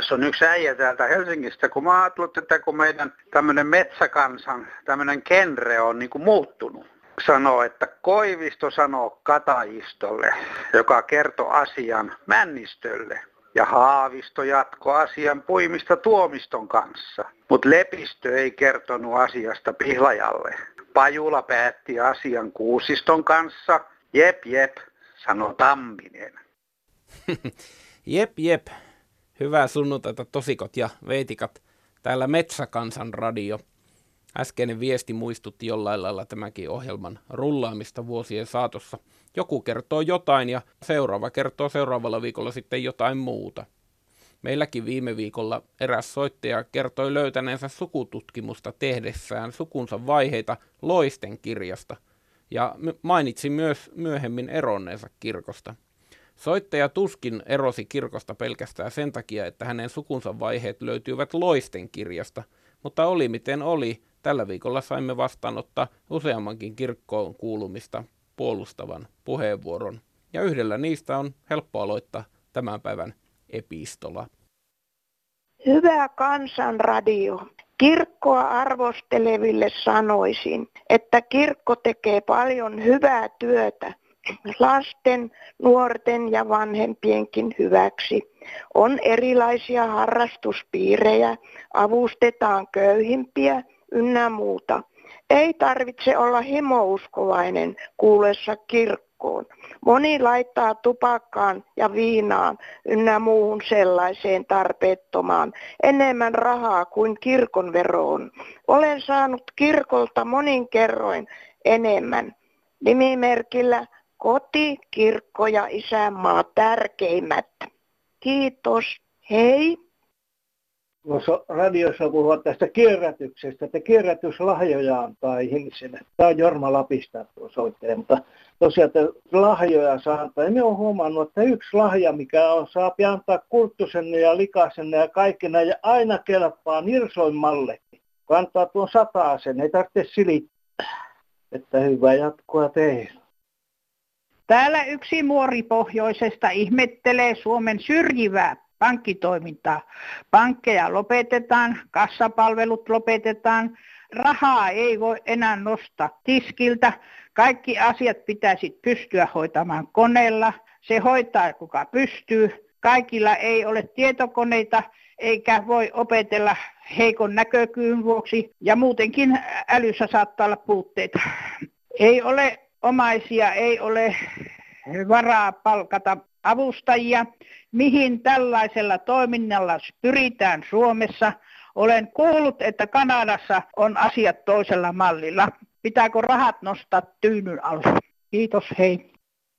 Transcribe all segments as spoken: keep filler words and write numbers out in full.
Tässä on yksi äijä täältä Helsingistä, kun mä ajattelin, että kun meidän tämmöinen metsäkansan tämmöinen genre on niin kuin muuttunut. Sanoo, että Koivisto sanoo Katajistolle, joka kertoi asian Männistölle. Ja Haavisto jatkoi asian puimista Tuomiston kanssa. Mutta Lepistö ei kertonut asiasta Pihlajalle. Pajula päätti asian Kuusiston kanssa. Jep, jep, sanoi Tamminen. Jep, jep. Hyvää sunnuntaita tosikot ja veitikat. Täällä Metsäkansan radio. Äskeinen viesti muistutti jollain lailla tämänkin ohjelman rullaamista vuosien saatossa. Joku kertoo jotain ja seuraava kertoo seuraavalla viikolla sitten jotain muuta. Meilläkin viime viikolla eräs soittaja kertoi löytäneensä sukututkimusta tehdessään sukunsa vaiheita Loisten kirjasta ja mainitsi myös myöhemmin eronneensa kirkosta. Soittaja tuskin erosi kirkosta pelkästään sen takia, että hänen sukunsa vaiheet löytyivät Loisten kirjasta, mutta oli miten oli. Tällä viikolla saimme vastaanottaa useammankin kirkkoon kuulumista puolustavan puheenvuoron, ja yhdellä niistä on helppo aloittaa tämän päivän epistola. Hyvä kansanradio. Kirkkoa arvosteleville sanoisin, että kirkko tekee paljon hyvää työtä lasten, nuorten ja vanhempienkin hyväksi. On erilaisia harrastuspiirejä, avustetaan köyhimpiä ynnä muuta. Ei tarvitse olla himouskovainen kuullessa kirkkoon. Moni laittaa tupakkaan ja viinaan ynnä muuhun sellaiseen tarpeettomaan enemmän rahaa kuin kirkon veroon. Olen saanut kirkolta monin kerroin enemmän. Nimimerkillä koti, kirkko ja isänmaa tärkeimmät. Kiitos. Hei. Tuossa radiossa puhuvat tästä kierrätyksestä, että kierrätyslahjoja antaa ihmisille. Tämä on Jorma Lapista tuo soittelee, mutta tosiaan että lahjoja saa antaa. Ja minä olen huomannut, että yksi lahja, mikä on, saa antaa Kurttusenne ja Likasenne ja kaikkina ja aina kelpaa Nirsoimmallekin. Kun antaa tuon sataisen, ei tarvitse silittää. Että hyvää jatkoa teille. Täällä yksi muori pohjoisesta ihmettelee Suomen syrjivää pankkitoimintaa. Pankkeja lopetetaan, kassapalvelut lopetetaan, rahaa ei voi enää nostaa tiskiltä. Kaikki asiat pitäisi pystyä hoitamaan koneella. Se hoitaa kuka pystyy. Kaikilla ei ole tietokoneita eikä voi opetella heikon näkökyyn vuoksi ja muutenkin älyssä saattaa olla puutteita. Ei ole omaisia, ei ole varaa palkata avustajia. Mihin tällaisella toiminnalla pyritään Suomessa? Olen kuullut, että Kanadassa on asiat toisella mallilla. Pitääkö rahat nostaa tyynyn alle? Kiitos, hei.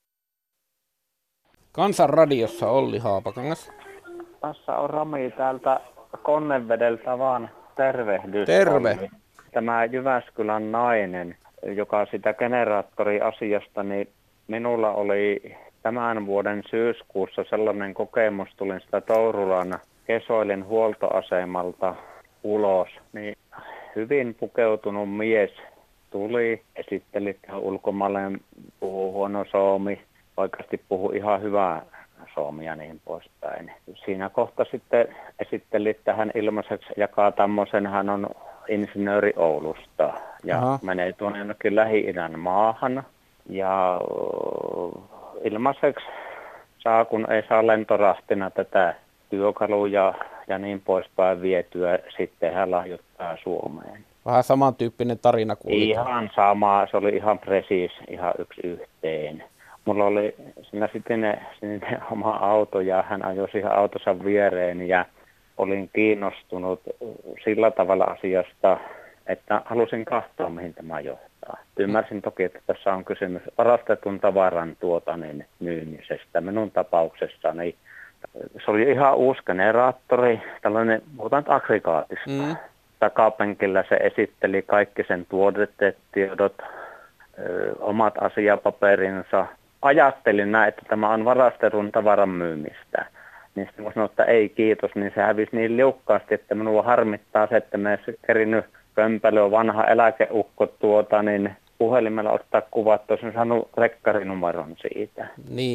Kansanradiossa Olli Haapakangas. Tässä on Rami täältä Konnevedeltä vaan tervehdys. Terve. Tämä Jyväskylän nainen, joka sitä generaattoriasiasta, niin minulla oli tämän vuoden syyskuussa sellainen kokemus, tulin sitä Tourulan Kesoilin huoltoasemalta ulos, niin hyvin pukeutunut mies tuli, esitteli, että ulkomaille puhuu huono suomi, oikeasti puhui ihan hyvää suomia niin poispäin. Siinä kohta sitten esitteli, että hän ilmaiseksi jakaa tämmöisen, hän on insinööri Oulusta ja Aha. menee tuonne jonnekin Lähi-idän maahan ja ilmaiseksi saa, kun ei saa lentorahtina tätä työkaluja ja niin poispäin vietyä, sitten hän lahjoittaa Suomeen. Vähän samantyyppinen tarina kuin Ihan sama, se oli ihan presiis, ihan yksi yhteen. Mulla oli siinä sitten sinne oma auto ja hän ajoi siihen autonsa viereen ja olin kiinnostunut sillä tavalla asiasta, että halusin katsoa, mihin tämä johtaa. Ymmärsin toki, että tässä on kysymys varastetun tavaran tuotannin myymisestä. Minun tapauksessani se oli ihan uusi generaattori, tällainen, puhutaan aggregaatista. Mm. Takapenkillä se esitteli kaikki sen tuotetiedot, ö, omat asiapaperinsa. Ajattelin näin, että tämä on varastetun tavaran myymistä. Niin sitten kun sanoin, että ei kiitos, niin se hävisi niin liukkaasti, että minua harmittaa se, että me ei kerinyt kömpelö vanha eläkeukko tuota, niin puhelimella ottaa kuvat, olisin saanut rekkarinumeron siitä. Niin,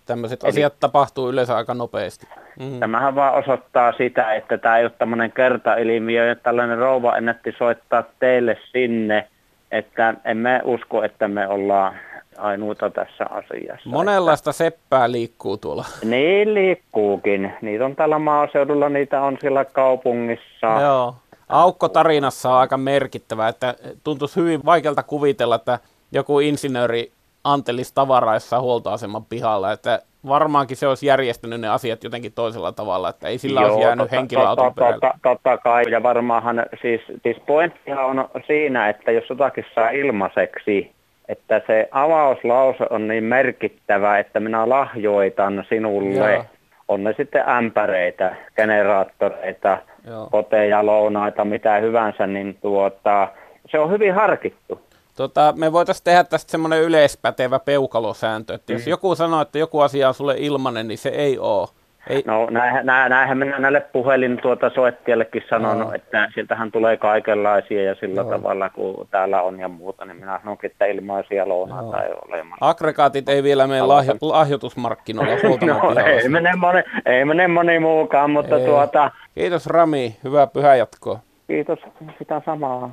tämmöiset Eli asiat tapahtuu yleensä aika nopeasti. Mm. Tämähän vaan osoittaa sitä, että tämä ei ole tämmöinen kertailmiö, ja tällainen rouva ennätti soittaa teille sinne, että emme usko, että me ollaan ainoita tässä asiassa. Monenlaista että... seppää liikkuu tuolla. Niin liikkuukin. Niitä on täällä maaseudulla, niitä on siellä kaupungissa. Joo. Aukko tarinassa on aika merkittävä, että tuntuisi hyvin vaikealta kuvitella, että joku insinööri antelisi tavaraissa huoltoaseman pihalla, että varmaankin se olisi järjestänyt ne asiat jotenkin toisella tavalla, että ei sillä Joo, olisi jäänyt totta, henkilöauton totta, perälle. Totta, totta kai, ja varmaanhan siis, siis pointtihan on siinä, että jos jotakin saa ilmaiseksi, että se avauslause on niin merkittävä, että minä lahjoitan sinulle, Joo. on ne sitten ämpäreitä, generaattoreita, Joo. koteja, lounaita, mitä hyvänsä, niin tuota, se on hyvin harkittu. Tota, me voitaisiin tehdä tästä semmoinen yleispätevä peukalosääntö, että jos mm. joku sanoo, että joku asia on sulle ilmanen, niin se ei ole. Ei. No näinhän, näinhän minä näille puhelin tuota soittajallekin sanonut, no. että sieltähän tulee kaikenlaisia ja sillä no. tavalla kun täällä on ja muuta, niin minä sanonkin, että ilmaisia lounaita no. ei ole. Aggregaatit ei vielä mene lahjo- lahjoitusmarkkinoilla huoltamaan no, ei mene, moni, ei mene moni muukaan, mutta ei. tuota... Kiitos Rami, hyvää pyhäjatkoa. Kiitos, sitä samaa.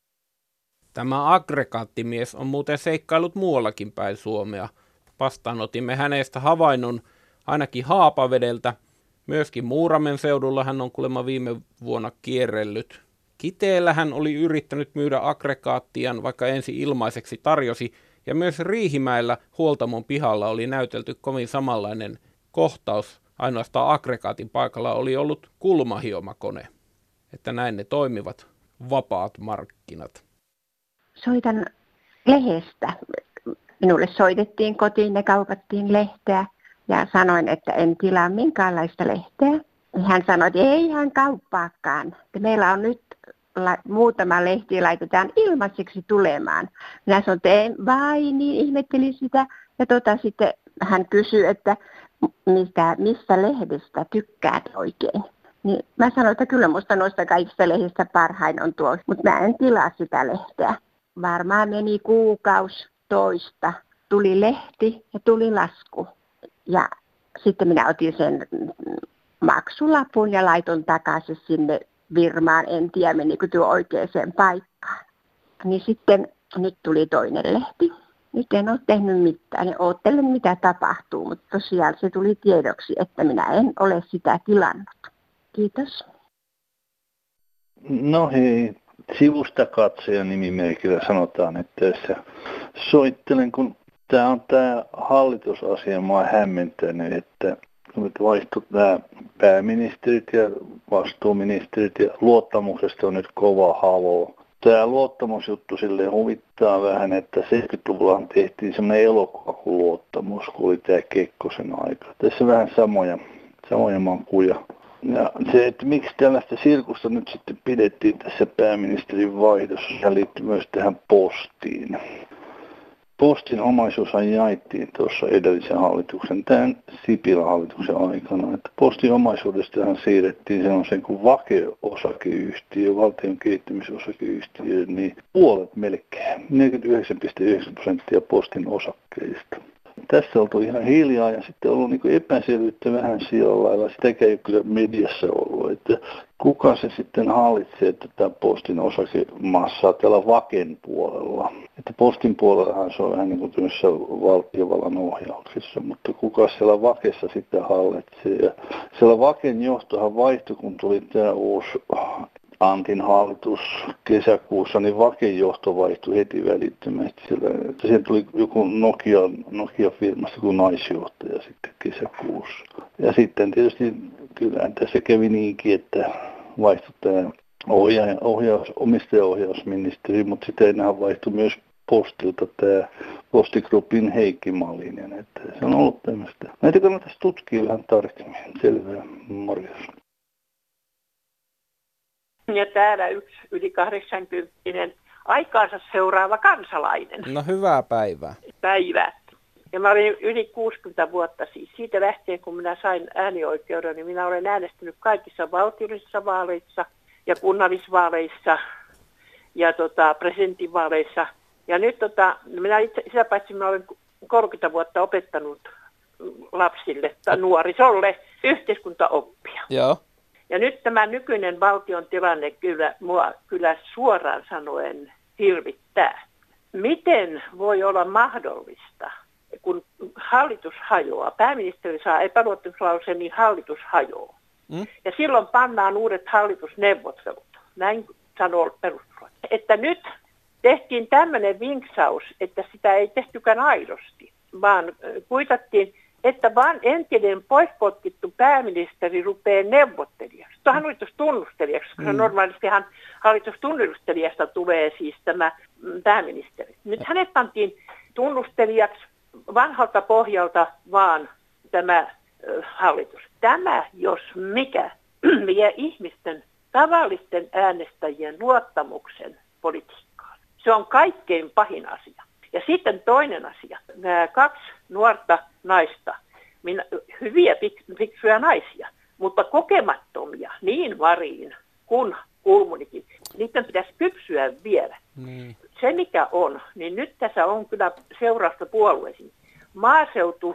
Tämä aggregaattimies on muuten seikkailut muuallakin päin Suomea. Vastaanotimme hänestä havainnon ainakin Haapavedeltä. Myöskin Muuramen seudulla hän on kuulemma viime vuonna kierrellyt. Kiteellä hän oli yrittänyt myydä aggregaattiaan, vaikka ensin ilmaiseksi tarjosi. Ja myös Riihimäellä huoltamon pihalla oli näytelty kovin samanlainen kohtaus. Ainoastaan aggregaatin paikalla oli ollut kulmahiomakone. Että näin ne toimivat vapaat markkinat. Soitan lehdestä. Minulle soitettiin kotiin ja kaupattiin lehteä ja sanoin, että en tilaa minkäänlaista lehteä. Hän sanoi, että ei hän kauppaakaan. Meillä on nyt la- muutama lehti laitetaan ilmaiseksi tulemaan. Minä sanoin, että en vai, niin ihmettelin sitä. Ja tota, sitten hän kysyi, että mistä, mistä lehdestä tykkäät oikein. Niin mä sanoin, että kyllä musta noista kaikista lehdistä parhain on tuo, mutta mä en tilaa sitä lehteä. Varmaan meni kuukausi toista. Tuli lehti ja tuli lasku. Ja sitten minä otin sen maksulapun ja laitoin takaisin sinne firmaan. En tiedä, menikö tuo oikeaan paikkaan. Niin sitten nyt tuli toinen lehti. Nyt en ole tehnyt mitään. Oottelen, mitä tapahtuu, mutta tosiaan se tuli tiedoksi, että minä en ole sitä tilannut. Kiitos. No hei. Sivusta katsoja nimimerkillä sanotaan, että jos soittelen, kun tämä on tämä hallitusasia, mä oon hämmentänyt, että nyt vaihtui tämä pääministerit ja vastuuministerit ja luottamuksesta on nyt kova havo. Tämä luottamusjuttu silleen huvittaa vähän, että seitsemänkymmentäluvulla tehtiin semmoinen elokuva kuin Luottamus, kun oli tämä Kekkosen aika. Tässä on vähän samoja, samoja makuja. Ja se, että miksi tällaista sirkusta nyt sitten pidettiin tässä pääministerin vaihdossa, se liittyy myös tähän postiin. Postin omaisuushan jaettiin tuossa edellisen hallituksen, tämän Sipilän hallituksen aikana. Että postin omaisuudestahan siirrettiin sellaisen kuin Vake-osakeyhtiö, valtion kehittämisosakeyhtiö, niin puolet melkein, neljäkymmentäyhdeksän pilkku yhdeksän prosenttia postin osakkeista. Tässä on oltu ihan hiljaa ja sitten on ollut niin kuin epäselvyyttä vähän sillä lailla. Sitäkään ei kyllä mediassa ollut, että kuka se sitten hallitsee tätä postin osakemassaa täällä Vaken puolella. Että postin puolellahan se on vähän niin kuin tämmöisessä valtiovallan ohjauksessa, mutta kuka siellä Vakessa sitten hallitsee. Ja siellä Vaken johtohan vaihtui, kun tuli tämä uusi Antin hallitus kesäkuussa, niin Vaken johto vaihtui heti välittömästi. Siellä, siellä tuli joku Nokia, Nokia-firmasta kuin naisjohtaja sitten kesäkuussa. Ja sitten tietysti kyllä tässä kävi niinkin, että vaihtui tämä ohja- ohjaus, omistajaohjausministeri, mutta sitten enää vaihtui myös Postilta tämä Postigroupin Heikki Malinen. Että se on ollut tämmöistä. Näitä kannattaisi tutkia vähän tarkemmin. Selvä, morjens. Ja täällä yksi yli kahdeksankymppinen aikaansa seuraava kansalainen. No hyvää päivää. Päivää. Ja mä olin yli kuusikymmentä vuotta siis. Siitä lähtien, kun minä sain äänioikeuden, niin minä olen äänestänyt kaikissa valtiollisissa vaaleissa ja kunnallisvaaleissa ja tota, presidentinvaaleissa. Ja nyt tota, minä itse, sitä paitsi minä olen kolmekymmentä vuotta opettanut lapsille tai nuorisolle yhteiskuntaoppia. Joo. Ja nyt tämä nykyinen valtion tilanne kyllä, mua kyllä suoraan sanoen hirvittää. Miten voi olla mahdollista, kun hallitus hajoaa, pääministeri saa epäluottamuslauseen, niin hallitus hajoaa. Mm. Ja silloin pannaan uudet hallitusneuvottelut, näin sanoo perustuslaki. Että nyt tehtiin tämmöinen vinksaus, että sitä ei tehtykään aidosti, vaan kuitattiin, että vaan entinen poispotkittu pääministeri rupeaa neuvottelijaksi. Tuohan hallitustunnustelijaksi, koska mm. normaalistihan hallitustunnustelijasta tulee siis tämä pääministeri. Nyt hänet pantiin tunnustelijaksi vanhalta pohjalta vaan tämä äh, hallitus. Tämä, jos mikä, vie ihmisten, tavallisten äänestäjien luottamuksen politiikkaan. Se on kaikkein pahin asia. Ja sitten toinen asia. Nämä kaksi nuorta naista, minä, hyviä fiksuja naisia, mutta kokemattomia niin Marin kuin Kulmunikin. Niiden pitäisi kypsyä vielä. Mm. Se mikä on, niin nyt tässä on kyllä seurausta puolueisiin. Maaseutu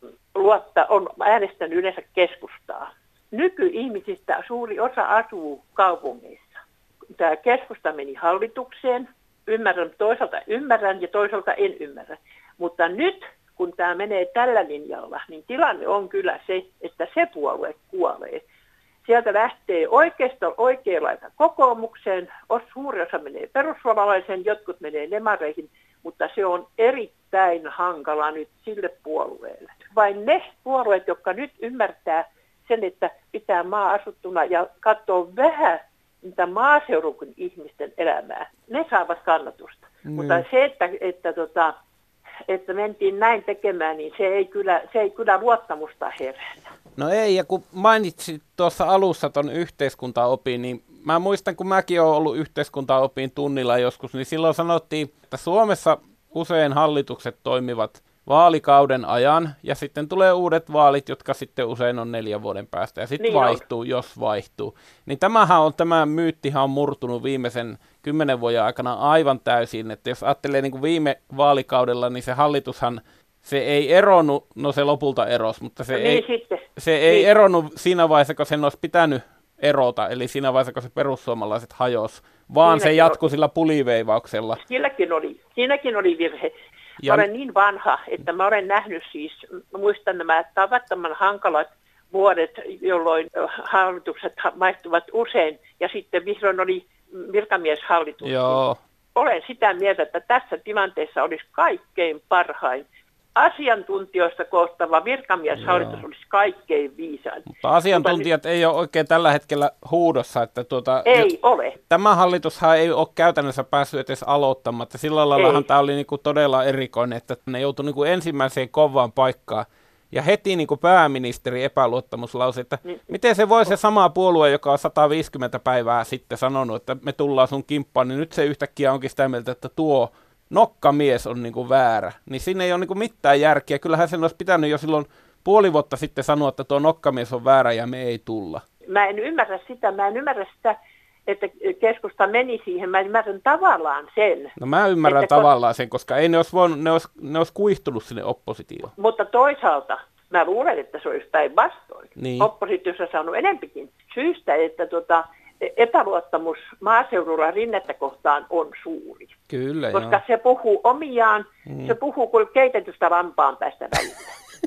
luotta on äänestänyt yleensä keskustaa. Nykyihmisistä suuri osa asuu kaupungeissa. Tämä keskusta meni hallitukseen. Ymmärrän, toisaalta ymmärrän ja toisaalta en ymmärrä. Mutta nyt, kun tämä menee tällä linjalla, niin tilanne on kyllä se, että se puolue kuolee. Sieltä lähtee oikeisto oikeanlaita kokoomukseen, suuri osa menee perussuomalaiseen, jotkut menee demareihin, mutta se on erittäin hankala nyt sille puolueelle. Vain ne puolueet, jotka nyt ymmärtää sen, että pitää maa asuttuna ja katsoo vähän niitä maaseudun ihmisten elämää, ne saavat kannatusta. Mm. Mutta se, että, että, tota, että mentiin näin tekemään, niin se ei kyllä, se ei kyllä luottamusta herätä. No ei, ja kun mainitsit tuossa alussa ton yhteiskuntaopin, niin mä muistan, kun mäkin olen ollut yhteiskuntaopin tunnilla joskus, niin silloin sanottiin, että Suomessa usein hallitukset toimivat vaalikauden ajan, ja sitten tulee uudet vaalit, jotka sitten usein on neljän vuoden päästä, ja sitten niin vaihtuu, on. jos vaihtuu. Niin tämähän on, tämä myyttihan on murtunut viimeisen kymmenen vuoden aikana aivan täysin, että jos ajattelee niin kuin viime vaalikaudella, niin se hallitushan, se ei eronnut, no se lopulta erosi, mutta se, no niin ei, se niin. ei eronnut siinä vaiheessa, kun sen olisi pitänyt erota, eli siinä vaiheessa, kun se perussuomalaiset hajosi, vaan siinäkin se jatkui oli. Sillä puliveivauksella. Siinäkin oli, siinäkin oli virhe. Mä olen niin vanha, että mä olen nähnyt siis, muistan nämä tavattoman hankalat vuodet, jolloin hallitukset vaihtuvat usein, ja sitten vihdoin oli virkamieshallitus. Joo. Olen sitä mieltä, että tässä tilanteessa olisi kaikkein parhain. Asiantuntijoista koostava virkamieshallitus Joo. olisi kaikkein viisain. Mutta asiantuntijat Mutta, ei ole oikein tällä hetkellä huudossa. Että tuota, ei ole. Tämä hallitushan ei ole käytännössä päässyt edes aloittamaan. Sillä laillahan tämä oli niinku todella erikoinen, että ne joutui niinku ensimmäiseen kovaan paikkaan. Ja heti niinku pääministeri epäluottamuslause, että niin, miten se voi se sama puolue, joka on sata viisikymmentä päivää sitten sanonut, että me tullaan sun kimppaan, niin nyt se yhtäkkiä onkin sitä mieltä, että tuo nokkamies on niinku väärä, niin siinä ei ole niinku mitään järkeä. Kyllähän sen olisi pitänyt jo silloin puoli vuotta sitten sanoa, että tuo nokkamies on väärä ja me ei tulla. Mä en ymmärrä sitä, mä en ymmärrä sitä, että keskusta meni siihen, mä ymmärrän tavallaan sen. No mä ymmärrän että tavallaan sen, koska ei ne olisi, voinut, ne olisi, ne olisi kuihtunut sinne oppositioon. Mutta toisaalta mä luulen, että se olisi päinvastoin. Niin. Oppositiossa saanut enempikin syystä, että tota, epäluottamus maaseudulla Rinnettä kohtaan on suuri. Kyllä, koska joo. se puhuu omiaan, mm. se puhuu kuin keitetystä lampaan päästä välillä.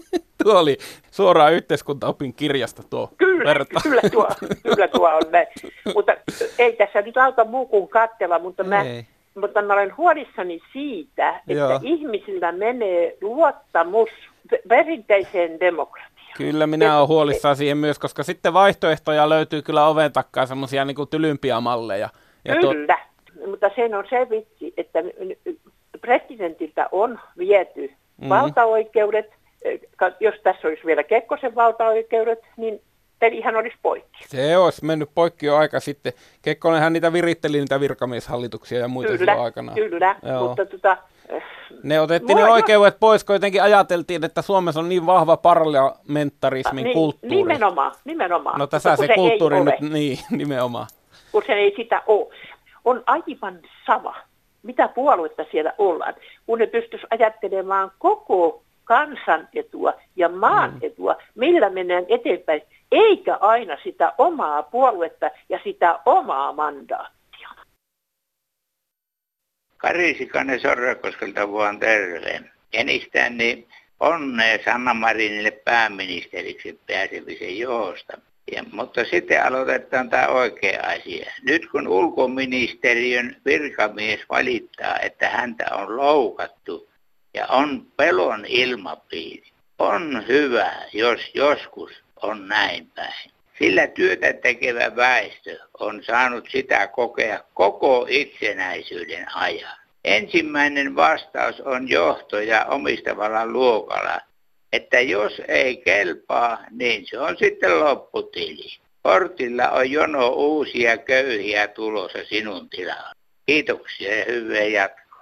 Tuo oli suoraan yhteiskuntaopin kirjasta tuo Kyllä, verta. kyllä tuo, kyllä tuo on näin. Mutta ei tässä nyt auta muu kuin katsella, mutta mä, mutta mä olen huolissani siitä, että joo. ihmisillä menee luottamus perinteiseen demokratiaan. Kyllä minä olen huolissaan siihen myös, koska sitten vaihtoehtoja löytyy kyllä oven takkaa semmoisia niin kuin tylympiä malleja. Ja kyllä, tuo... mutta sen on se vitsi, että presidentiltä on viety mm-hmm. valtaoikeudet. Jos tässä olisi vielä Kekkosen valtaoikeudet, niin pelihän olisi poikki. Se olisi mennyt poikki jo aika sitten. Kekkonenhan niitä viritteli, niitä virkamieshallituksia ja muita kyllä, silloin aikana. Kyllä, Joo. mutta tota... Ne otettiin ne oikeudet jo... pois, kun jotenkin ajateltiin, että Suomessa on niin vahva parlamentarismin niin, kulttuuri. Nimenomaan, nimenomaan. No tässä se, se kulttuuri nyt, niin, nimenomaan. Kun se ei sitä ole. On aivan sama, mitä puoluetta siellä ollaan, kun ne pystyisi ajattelemaan koko kansan etua ja maan etua, millä mennään eteenpäin, eikä aina sitä omaa puoluetta ja sitä omaa mandaattia. Kari Sikanen Sorrakoskelta vaan terve. Enistäni onnea Sanna Marinille pääministeriksi pääsemisen johdosta. Ja, mutta sitten aloitetaan tämä oikea asia. Nyt kun ulkoministeriön virkamies valittaa, että häntä on loukattu ja on pelon ilmapiiri, on hyvä, jos joskus on näin päin. Sillä työtä tekevä väestö on saanut sitä kokea koko itsenäisyyden ajan. Ensimmäinen vastaus on johto ja omistavalla luokalla, että jos ei kelpaa, niin se on sitten lopputili. Portilla on jono uusia köyhiä tulossa sinun tilaan. Kiitoksia ja hyvää jatkoa.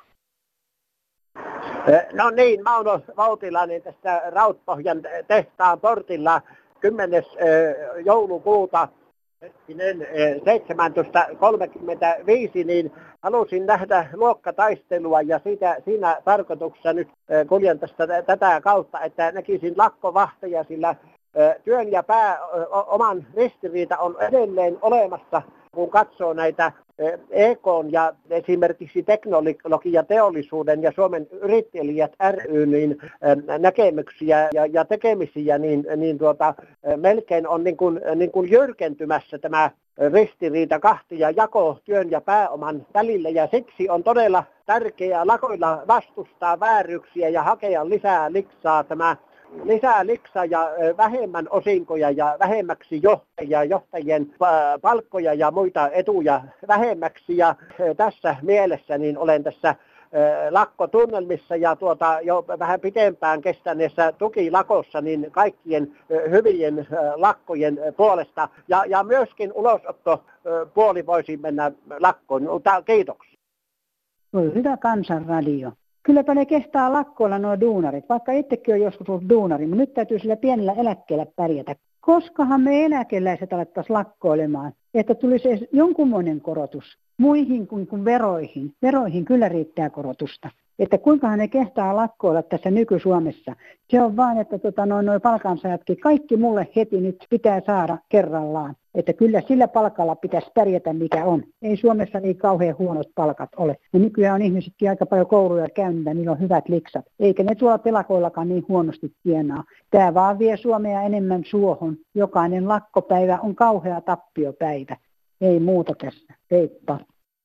No niin, Mauno Vautilainen tästä Rautpohjan tehtaan portilla kymmenes joulukuuta seitsemäntoista kolmekymmentäviisi, niin halusin nähdä luokkataistelua ja siitä, siinä tarkoituksessa nyt kuljen tästä tätä kautta, että näkisin lakkovahteja, sillä työn ja pää oman ristiriita on edelleen olemassa, kun katsoo näitä E K:n ja esimerkiksi teknologiateollisuuden ja Suomen yrittäjät ry niin näkemyksiä ja, ja tekemisiä, niin, niin tuota, melkein on niin kuin, niin kuin jyrkentymässä tämä ristiriita kahtia jako työn ja pääoman välillä, ja siksi on todella tärkeää lakoilla vastustaa vääryyksiä ja hakea lisää liksaa tämä lisää liksaa ja vähemmän osinkoja ja vähemmäksi johtajia, johtajien palkkoja ja muita etuja vähemmäksi. Ja tässä mielessä niin olen tässä lakkotunnelmissa ja tuota jo vähän pitempään kestäneessä tukilakossa niin kaikkien hyvien lakkojen puolesta. Ja, ja myöskin ulosottopuoli voisi mennä lakkoon. Kiitoksia. Hyvä Kansanradio. Kylläpä ne kestää lakkoilla nuo duunarit, vaikka itsekin on joskus ollut duunari, mutta nyt täytyy sillä pienellä eläkkeellä pärjätä. Koskahan me eläkeläiset alettaisiin lakkoilemaan, että tulisi edes jonkunmoinen korotus muihin kuin, kuin veroihin. Veroihin kyllä riittää korotusta. Että kuinkahan ne kehtaa lakkoilla tässä nyky-Suomessa. Se on vaan, että tota, noin noi palkansaajatkin, kaikki mulle heti nyt pitää saada kerrallaan. Että kyllä sillä palkalla pitäisi pärjätä mikä on. Ei Suomessa niin kauhean huonot palkat ole. Ja nykyään on ihmisetkin aika paljon kouluja käynyt, niillä on hyvät liksat. Eikä ne tuolla telakoillakaan niin huonosti tienaa. Tämä vaan vie Suomea enemmän suohon. Jokainen lakkopäivä on kauhea tappiopäivä. Ei muuta tässä. Heippa.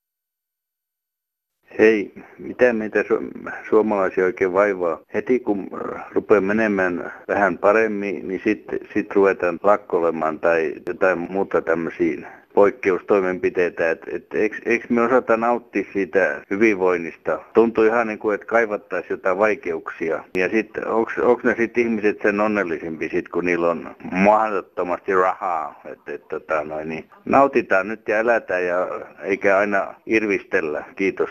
Hei, mitä meitä su- suomalaisia oikein vaivaa? Heti kun rupeaa menemään vähän paremmin, niin sitten sit ruvetaan lakkoilemaan tai jotain muuta tämmöisiä poikkeustoimenpiteitä. Et, et, eikö, eikö me osata nauttia siitä hyvinvoinnista? Tuntuu ihan niin kuin, että kaivattaisiin jotain vaikeuksia. Ja sitten, onko ne sitten ihmiset sen onnellisempi, sit, kun niillä on mahdottomasti rahaa? Et, et, tota, noin, niin. Nautitaan nyt ja elätään ja eikä aina irvistellä. Kiitos.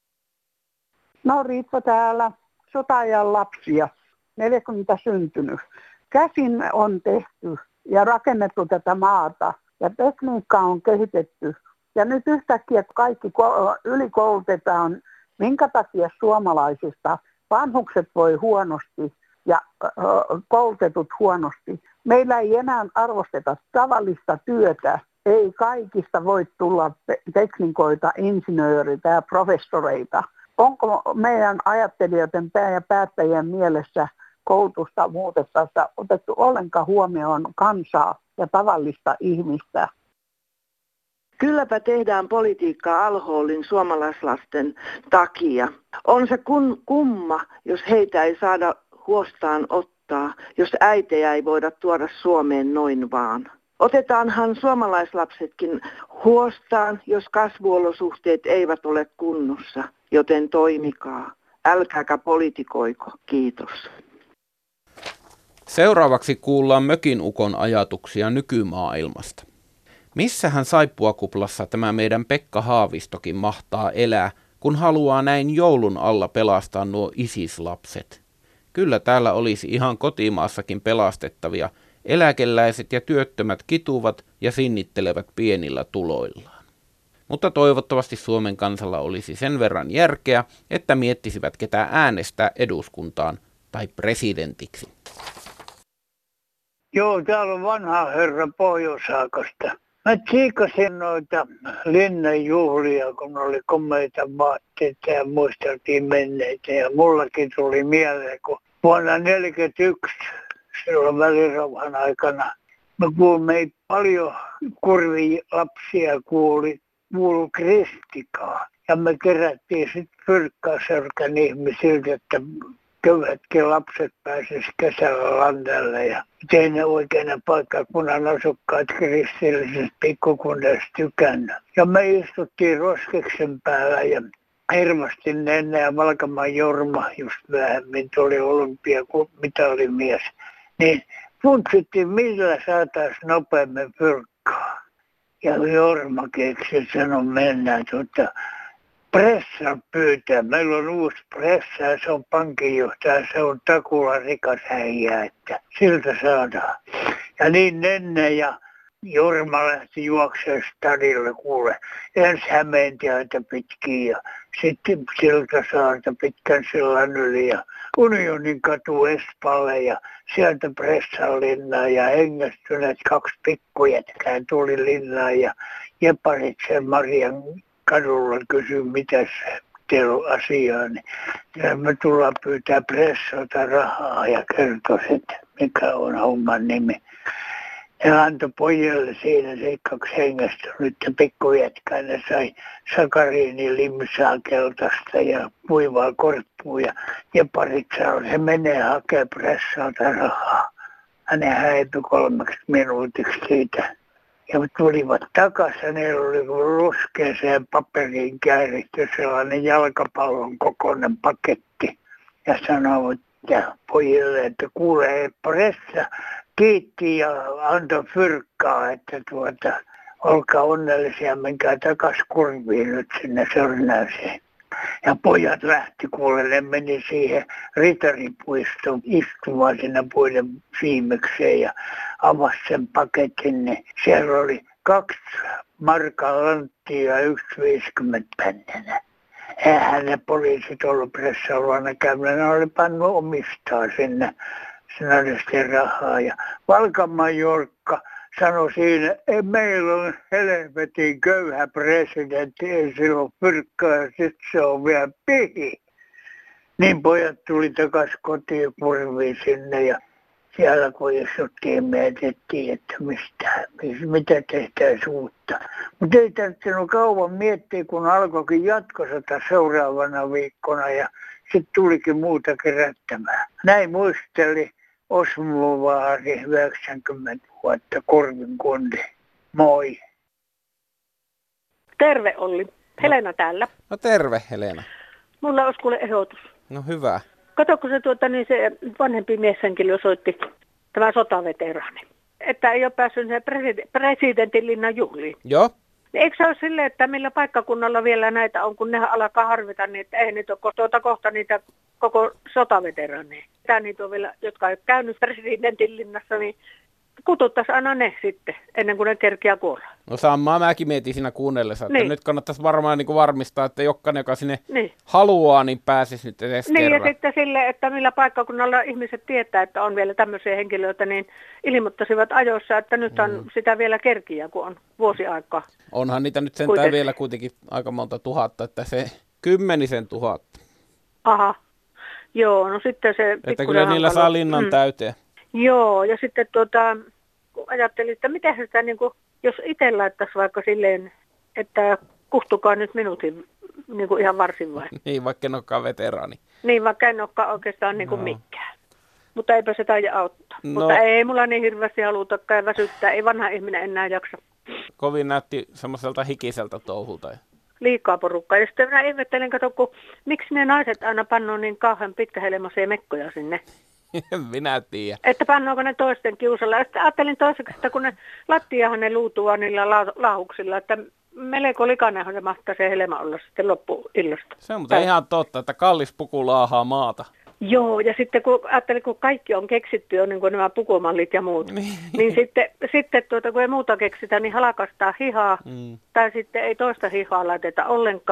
No Riippo täällä, sota-ajan lapsia, neljäkymmentä syntynyt. Käsin on tehty ja rakennettu tätä maata ja tekniikka on kehitetty. Ja nyt yhtäkkiä kaikki ylikoulutetaan, minkä takia suomalaisista vanhukset voi huonosti ja koulutetut huonosti. Meillä ei enää arvosteta tavallista työtä. Ei kaikista voi tulla teknikoita, insinööreitä ja professoreita. Onko meidän ajattelijoiden ja päättäjien mielessä koulutusta muutettaessa otettu ollenkaan huomioon kansaa ja tavallista ihmistä? Kylläpä tehdään politiikkaa alhoolin suomalaislasten takia. On se kun, kumma, jos heitä ei saada huostaan ottaa, jos äitejä ei voida tuoda Suomeen noin vaan. Otetaanhan suomalaislapsetkin huostaan, jos kasvuolosuhteet eivät ole kunnossa, joten toimikaa. Älkääkä politikoiko. Kiitos. Seuraavaksi kuullaan mökin ukon ajatuksia nykymaailmasta. Missähän saippuakuplassa tämä meidän Pekka Haavistokin mahtaa elää, kun haluaa näin joulun alla pelastaa nuo isislapset? Kyllä täällä olisi ihan kotimaassakin pelastettavia. Eläkeläiset ja työttömät kituvat ja sinnittelevät pienillä tuloillaan. Mutta toivottavasti Suomen kansalla olisi sen verran järkeä, että miettisivät ketä äänestää eduskuntaan tai presidentiksi. Joo, täällä on vanha herra Pohjois-Saakosta. Mä tsiikasin noita Linnan juhlia, kun oli komeita vaatteita ja muisteltiin menneitä. Ja mullakin tuli mieleen, kun vuonna tuhatyhdeksänsataaneljäkymmentäyksi, silloin välirauhan aikana, mä kuulin, paljon kurvilapsia kuuli, kuului Kristikaa. Ja me kerättiin sitten Fyrkkaa-Sörkän ihmisiltä, että köyhätkin lapset pääsisivät kesällä landelle ja tein ne oikeina paikkakunnan asukkaat kristillisestä pikkukunnasta tykännyt. Ja me istuttiin roskiksen päällä ja Hervastin Nenne ja Valkaman Jorma, just myöhemmin tuli olympiamitalimies, niin funtsittiin millä saataisiin nopeammin Fyrkkaa. Ja Jorma keksi sanoi mennään tuota, pressa pyytää. Meillä on uusi pressa ja se on pankinjohtaja, se on Takula rikas häijä, että siltä saadaan. Ja niin Nenne ja Jorma lähti juoksemaan stadille kuule. Ensi Hämeentiaita pitkin ja sitten Siltasaarta pitkän sillan yli ja Unionin katu Espalle ja sieltä Pressan linnaan ja hengästyneet kaksi pikkujätkää tuli linnaan ja Jeparitsen Marian kadulla kysyi, mitä teillä on asiaa, niin ja me tullaan pyytää Pressalta rahaa ja kertoi sitten, mikä on homman nimi. Ne antoi pojille siinä se kaksi hengästynyttä pikkujätkää, ne sai sakariini limsaa keltaista ja puivaa korppua ja Jeparit sanoi, se menee hakemaan Pressalta rahaa. Hänen häipyi kolmeksi minuutiksi siitä. Ja tulivat takaisin, ne oli ruskeeseen paperiin kääritty sellainen jalkapallon kokoinen paketti. Ja sanoivat pojille, että kuulee, Pressa kiitti ja antoi Fyrkkaa, että tuota, olkaa onnellisia, menkää takaisin kurviin nyt sinne Sörnäyseen. Ja pojat lähti kuule, ne meni siihen Ritaripuistoon istumaan sinne puiden siimekseen ja avasi sen paketin. Niin siellä oli kaksi markan lanttia ja yksi viisikymmentä pännänä. Eihän ne poliisit ollut Pressalla käynyt, ne oli pannut omistaa sinne sinne rahaa. Ja Valkaman Jorkka sanoi siinä, että meillä on helvetin köyhä presidentti, ei sillä ole Fyrkkaa ja sitten se on vielä pihi. Niin pojat tuli takaisin kotiin kurviin sinne ja siellä kun istuttiin mietittiin, että mistä, mitä tehtäisiin uutta. Mutta ei tarvitsenut kauan miettiä, kun alkoikin jatkosota seuraavana viikkona ja sitten tulikin muuta kerättämään. Näin muisteli Osmo Vaari yhdeksänkymmentä vuotta Korvin kundi. Moi. Terve Olli. Helena täällä. No terve Helena. Mulla olisi kuule ehdotus. No hyvä. Kato, kun se, tuota, niin se vanhempi mieshenkilö soitti, tämä sotaveteraani, että ei ole päässyt sen presidentin linnan juhliin. Joo. Eikö se ole silleen, että millä paikkakunnalla vielä näitä on, kun nehän alkaa harvita, niin että ei niitä ole tuota kohta niitä koko sotaveteraaneja. Tämä niitä on vielä, jotka ei käynyt presidentin linnassa, niin kututtaisiin aina ne sitten, ennen kuin ne kerkiää kuolla. No samaa mäkin mietin siinä kuunnellessa, että niin. Nyt kannattaisi varmaan niin kuin varmistaa, että jokainen, joka sinne niin haluaa, niin pääsisi nyt edes niin, kerran. Ja sitten sille, että millä paikkakunnalla ihmiset tietää, että on vielä tämmöisiä henkilöitä, niin ilmoittaisivat ajoissa, että nyt on mm. sitä vielä kerkiä, kun on vuosi aikaa. Onhan niitä nyt sentään kuitenkin vielä kuitenkin aika monta tuhatta, että se kymmenisen tuhatta. Aha, joo, no sitten se että kyllä niillä hankalo saa linnan mm. täyteen. Joo, ja sitten tuota, kun ajattelin, että miten sitä, niin kuin, jos itse laittaisi vaikka silleen, että kuhtukaa nyt minuutin niin kuin ihan varsin vain. Niin, vaikka en olekaan veteraani. Niin, vaikka en olekaan oikeastaan niin kuin no. mikään. Mutta eipä se taida auttaa. No. Mutta ei mulla niin hirveästi halutakaan ja väsyttää, ei vanha ihminen enää jaksa. Kovin näytti semmoiselta hikiseltä touhulta. Liikaa porukkaa. Ja sitten minä ihmettelen, kato, kun, miksi ne naiset aina pannoo niin kauhean pitkähelmaisia mekkoja sinne. Minä tiedän. Että pannooko ne toisten kiusalla. Ja sitten ajattelin toiseksi, että kun ne lattiahan ne luutua niillä la- lahuksilla, että melko likanenhan se mahtaa se helma olla sitten loppuillasta. Se on mutta tai ihan totta, että kallis puku laahaa maata. Joo, ja sitten kun ajattelin, kun kaikki on keksitty jo, niin kuin nämä pukumallit ja muut, niin sitten, sitten tuota, kun ei muuta keksitä, niin halakastaa hihaa, mm. tai sitten ei toista hihaa laiteta ollenkaan.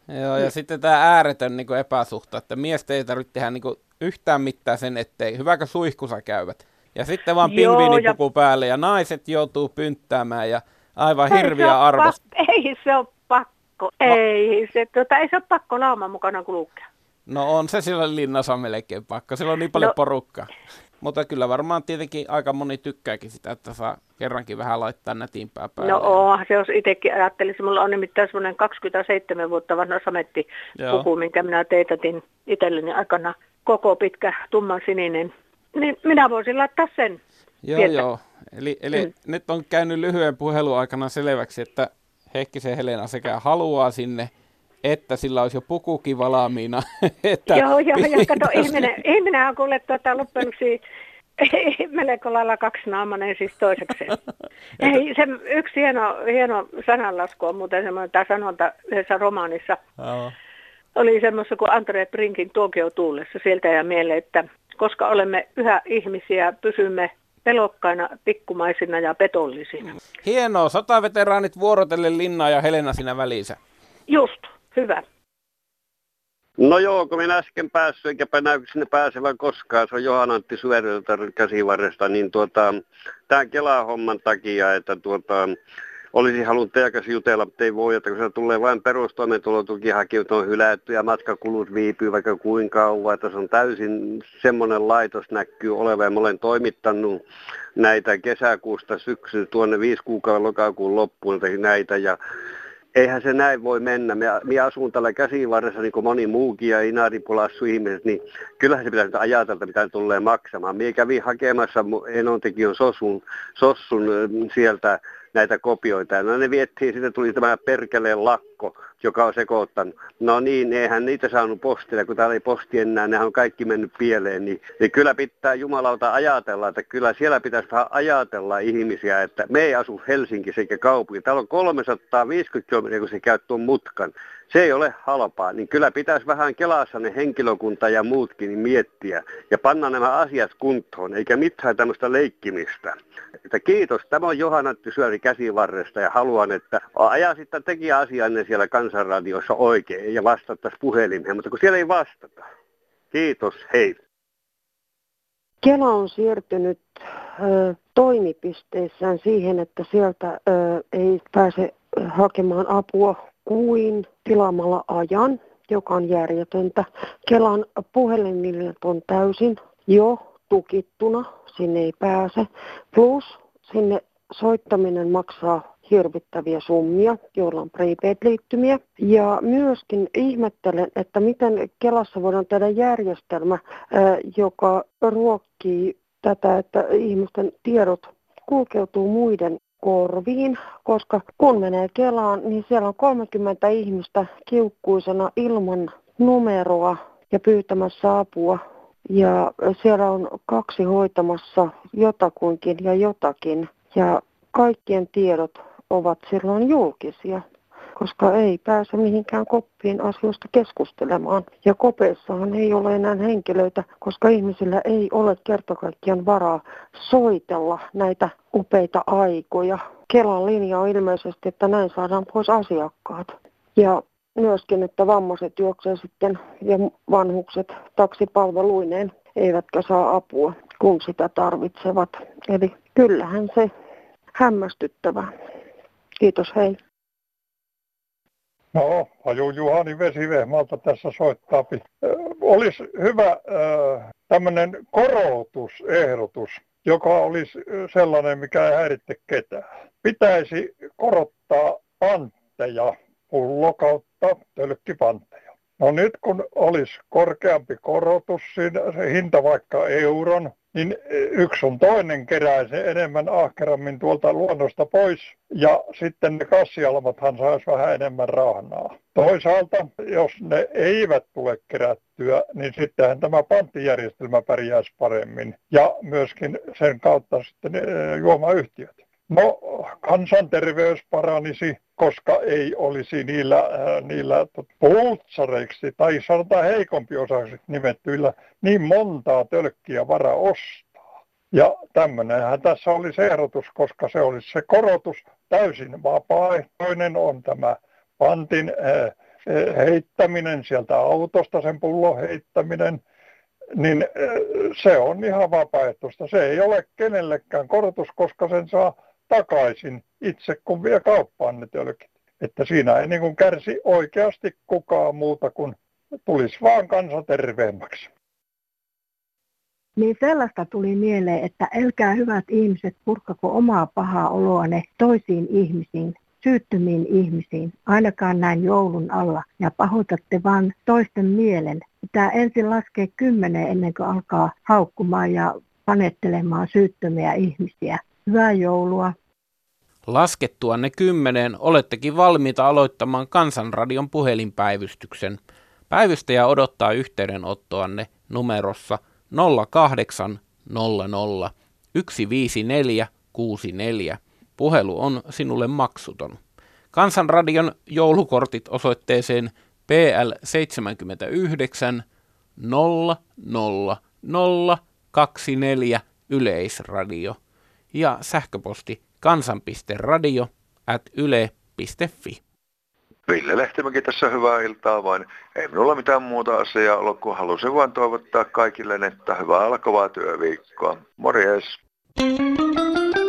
Joo, ja mm. sitten tämä ääretön niin kuin epäsuhta, että miestä ei tarvitse tehdä niin kuin yhtään mitään sen ettei. Hyväkö suihkussa käyvät. Ja sitten vaan pingviinipuku ja... päälle ja naiset joutuu pynttäämään ja aivan ei hirviä arvosta. Pak- ei se ole pakko. No. Ei, se, tota, ei se ole pakko lauman mukana kulkea. No on se silloin linnassa melkein pakko. Sillä on niin paljon no. porukkaa. Mutta kyllä varmaan tietenkin aika moni tykkääkin sitä, että saa kerrankin vähän laittaa nätimpää päälle. No oo, se jos itsekin ajattelisin. Mulla on nimittäin semmoinen kaksikymmentäseitsemän vuotta vanha samettipuku, minkä minä teetätin itselleni aikana. Koko pitkä, tumman sininen. Niin minä voisin laittaa sen. Joo, pientä. Joo. Eli, eli mm. nyt on käynyt lyhyen puhelun aikana selväksi, että Heikkisen Helena sekä haluaa sinne, että sillä olisi jo pukukin valmiina. Että joo, joo, ja kato, ihminen, ihminen on kuullut tuota loppujen melko lailla kaksinaamainen siis toisekseen. Ei, se yksi hieno, hieno sananlasku on muuten semmoinen, tämä sanonta yhdessä romaanissa. Oh. Oli semmoista kuin Andre Brinkin Tuokio tuulessa. Sieltä ja mieleen, että koska olemme yhä ihmisiä, pysymme pelokkaina, pikkumaisina ja petollisina. Hienoa. Sotaveteraanit vuorotellen Linnaa ja Helena siinä välissä. Just. Hyvä. No joo, kun minä äsken päässyt, eikä näy sinne pääsevän koskaan, se on Johan-Antti Suverilta Käsivarresta, niin tuota, tämän Kela-homman takia, että tuota, olisi halunnut teidän kanssa jutella, mutta ei voi, että kun se tulee vain perustoimeentulotukihakijat on hylätty ja matkakulut viipyy vaikka kuinka kauan, että se on täysin semmoinen laitos näkyy olevan. Mä olen toimittanut näitä kesäkuusta syksyyn tuonne viisi kuukauden lokakuun loppuun näitä ja eihän se näin voi mennä. Me, me asun tällä Käsivarressa niin kuin moni muukin ja Inaripulassu ihmiset, niin kyllähän se pitäisi ajatella, mitä tulee maksamaan. Mie kävin hakemassa Enontekiön sosun, sossun sieltä näitä kopioita. No ne viettiin, sitten tuli tämä perkeleen lakko, joka on sekoittanut. No niin, eihän niitä saanut postilla, kun täällä ei posti enää, nehän on kaikki mennyt pieleen. Niin, niin kyllä pitää jumalauta ajatella, että kyllä siellä pitäisi vähän ajatella ihmisiä, että me ei asu Helsingissä eikä kaupunki. Täällä on kolmesataaviisikymmentä kilometriä, kun se käy tuon mutkan. Se ei ole halpaa, niin kyllä pitäisi vähän Kelassa ne henkilökunta ja muutkin niin miettiä ja panna nämä asiat kuntoon, eikä mitään tämmöistä leikkimistä. Että kiitos, tämä on Johan-Antti Suori Käsivarresta ja haluan, että ajasitte tekijä asianne siellä Kansanradiossa oikein ja vastattaisiin puhelimeen, mutta kun siellä ei vastata. Kiitos, hei. Kela on siirtynyt ö, toimipisteissään siihen, että sieltä ö, ei pääse hakemaan apua kuin tilaamalla ajan, joka on järjetöntä. Kelan puhelinlinjat on täysin jo tukittuna, sinne ei pääse. Plus sinne soittaminen maksaa hirvittäviä summia, joilla on prepaid-liittymiä. Ja myöskin ihmettelen, että miten Kelassa voidaan tehdä järjestelmä, joka ruokkii tätä, että ihmisten tiedot kulkeutuu muiden korviin, koska kun menee Kelaan, niin siellä on kolmekymmentä ihmistä kiukkuisena ilman numeroa ja pyytämässä apua. Ja siellä on kaksi hoitamassa jotakuinkin ja jotakin. Ja kaikkien tiedot ovat silloin julkisia, koska ei pääse mihinkään koppiin asioista keskustelemaan. Ja kopeissahan ei ole enää henkilöitä, koska ihmisillä ei ole kertakaikkiaan varaa soitella näitä upeita aikoja. Kelan linja on ilmeisesti, että näin saadaan pois asiakkaat. Ja myöskin, että vammaiset juoksee sitten ja vanhukset taksipalveluineen eivätkä saa apua, kun sitä tarvitsevat. Eli kyllähän se hämmästyttävää. Kiitos, hei. No, Aju Juhani Vesivehmalta tässä soittaa. Olisi hyvä tämmöinen korotusehdotus, joka olisi sellainen, mikä ei häiritse ketään. Pitäisi korottaa pantteja, pullo kautta tölkkipantteja. No nyt kun olisi korkeampi korotus, siinä se hinta vaikka euron, niin yksi on toinen kerää se enemmän ahkerammin tuolta luonnosta pois ja sitten ne kassialmathan saisi vähän enemmän rahnaa. Toisaalta, jos ne eivät tule kerättyä, niin sittenhän tämä panttijärjestelmä pärjäisi paremmin ja myöskin sen kautta sitten juomayhtiöt. No, kansanterveys paranisi, koska ei olisi niillä, äh, niillä pultsareiksi tai sanotaan heikompi osaksi nimettyillä niin montaa tölkkiä vara ostaa. Ja tämmöinenhän tässä olisi ehdotus, koska se olisi se korotus täysin vapaaehtoinen on tämä pantin äh, heittäminen sieltä autosta, sen pullon heittäminen, niin se on ihan vapaaehtoista. Se ei ole kenellekään korotus, koska sen saa takaisin itse, kun vie kauppaan ne tölkit. Että siinä ei niin kuin kärsi oikeasti kukaan muuta kuin tulisi vaan kansa terveemmäksi. Niin sellaista tuli mieleen, että älkää hyvät ihmiset purkako omaa pahaa oloanne toisiin ihmisiin, syyttömiin ihmisiin, ainakaan näin joulun alla, ja pahoitatte vaan toisten mielen. Pitää ensin laskea kymmeneen ennen kuin alkaa haukkumaan ja panettelemaan syyttömiä ihmisiä. Hyvää joulua. Laskettuanne kymmeneen olettekin valmiita aloittamaan Kansanradion puhelinpäivystyksen. Päivystäjä odottaa yhteydenottoanne numerossa nolla kahdeksan nolla nolla yksi viisi neljä kuusi neljä. Puhelu on sinulle maksuton. Kansanradion joulukortit osoitteeseen P L seitsemänkymmentäyhdeksän nolla nolla nolla kaksikymmentäneljä Yleisradio ja sähköposti kansan.radio at yle piste fi. Ville Lehtimäki tässä, hyvää iltaa vain. Ei minulla mitään muuta asiaa ollut, kun halusin vain toivottaa kaikille, että hyvää alkavaa työviikkoa. Morjes!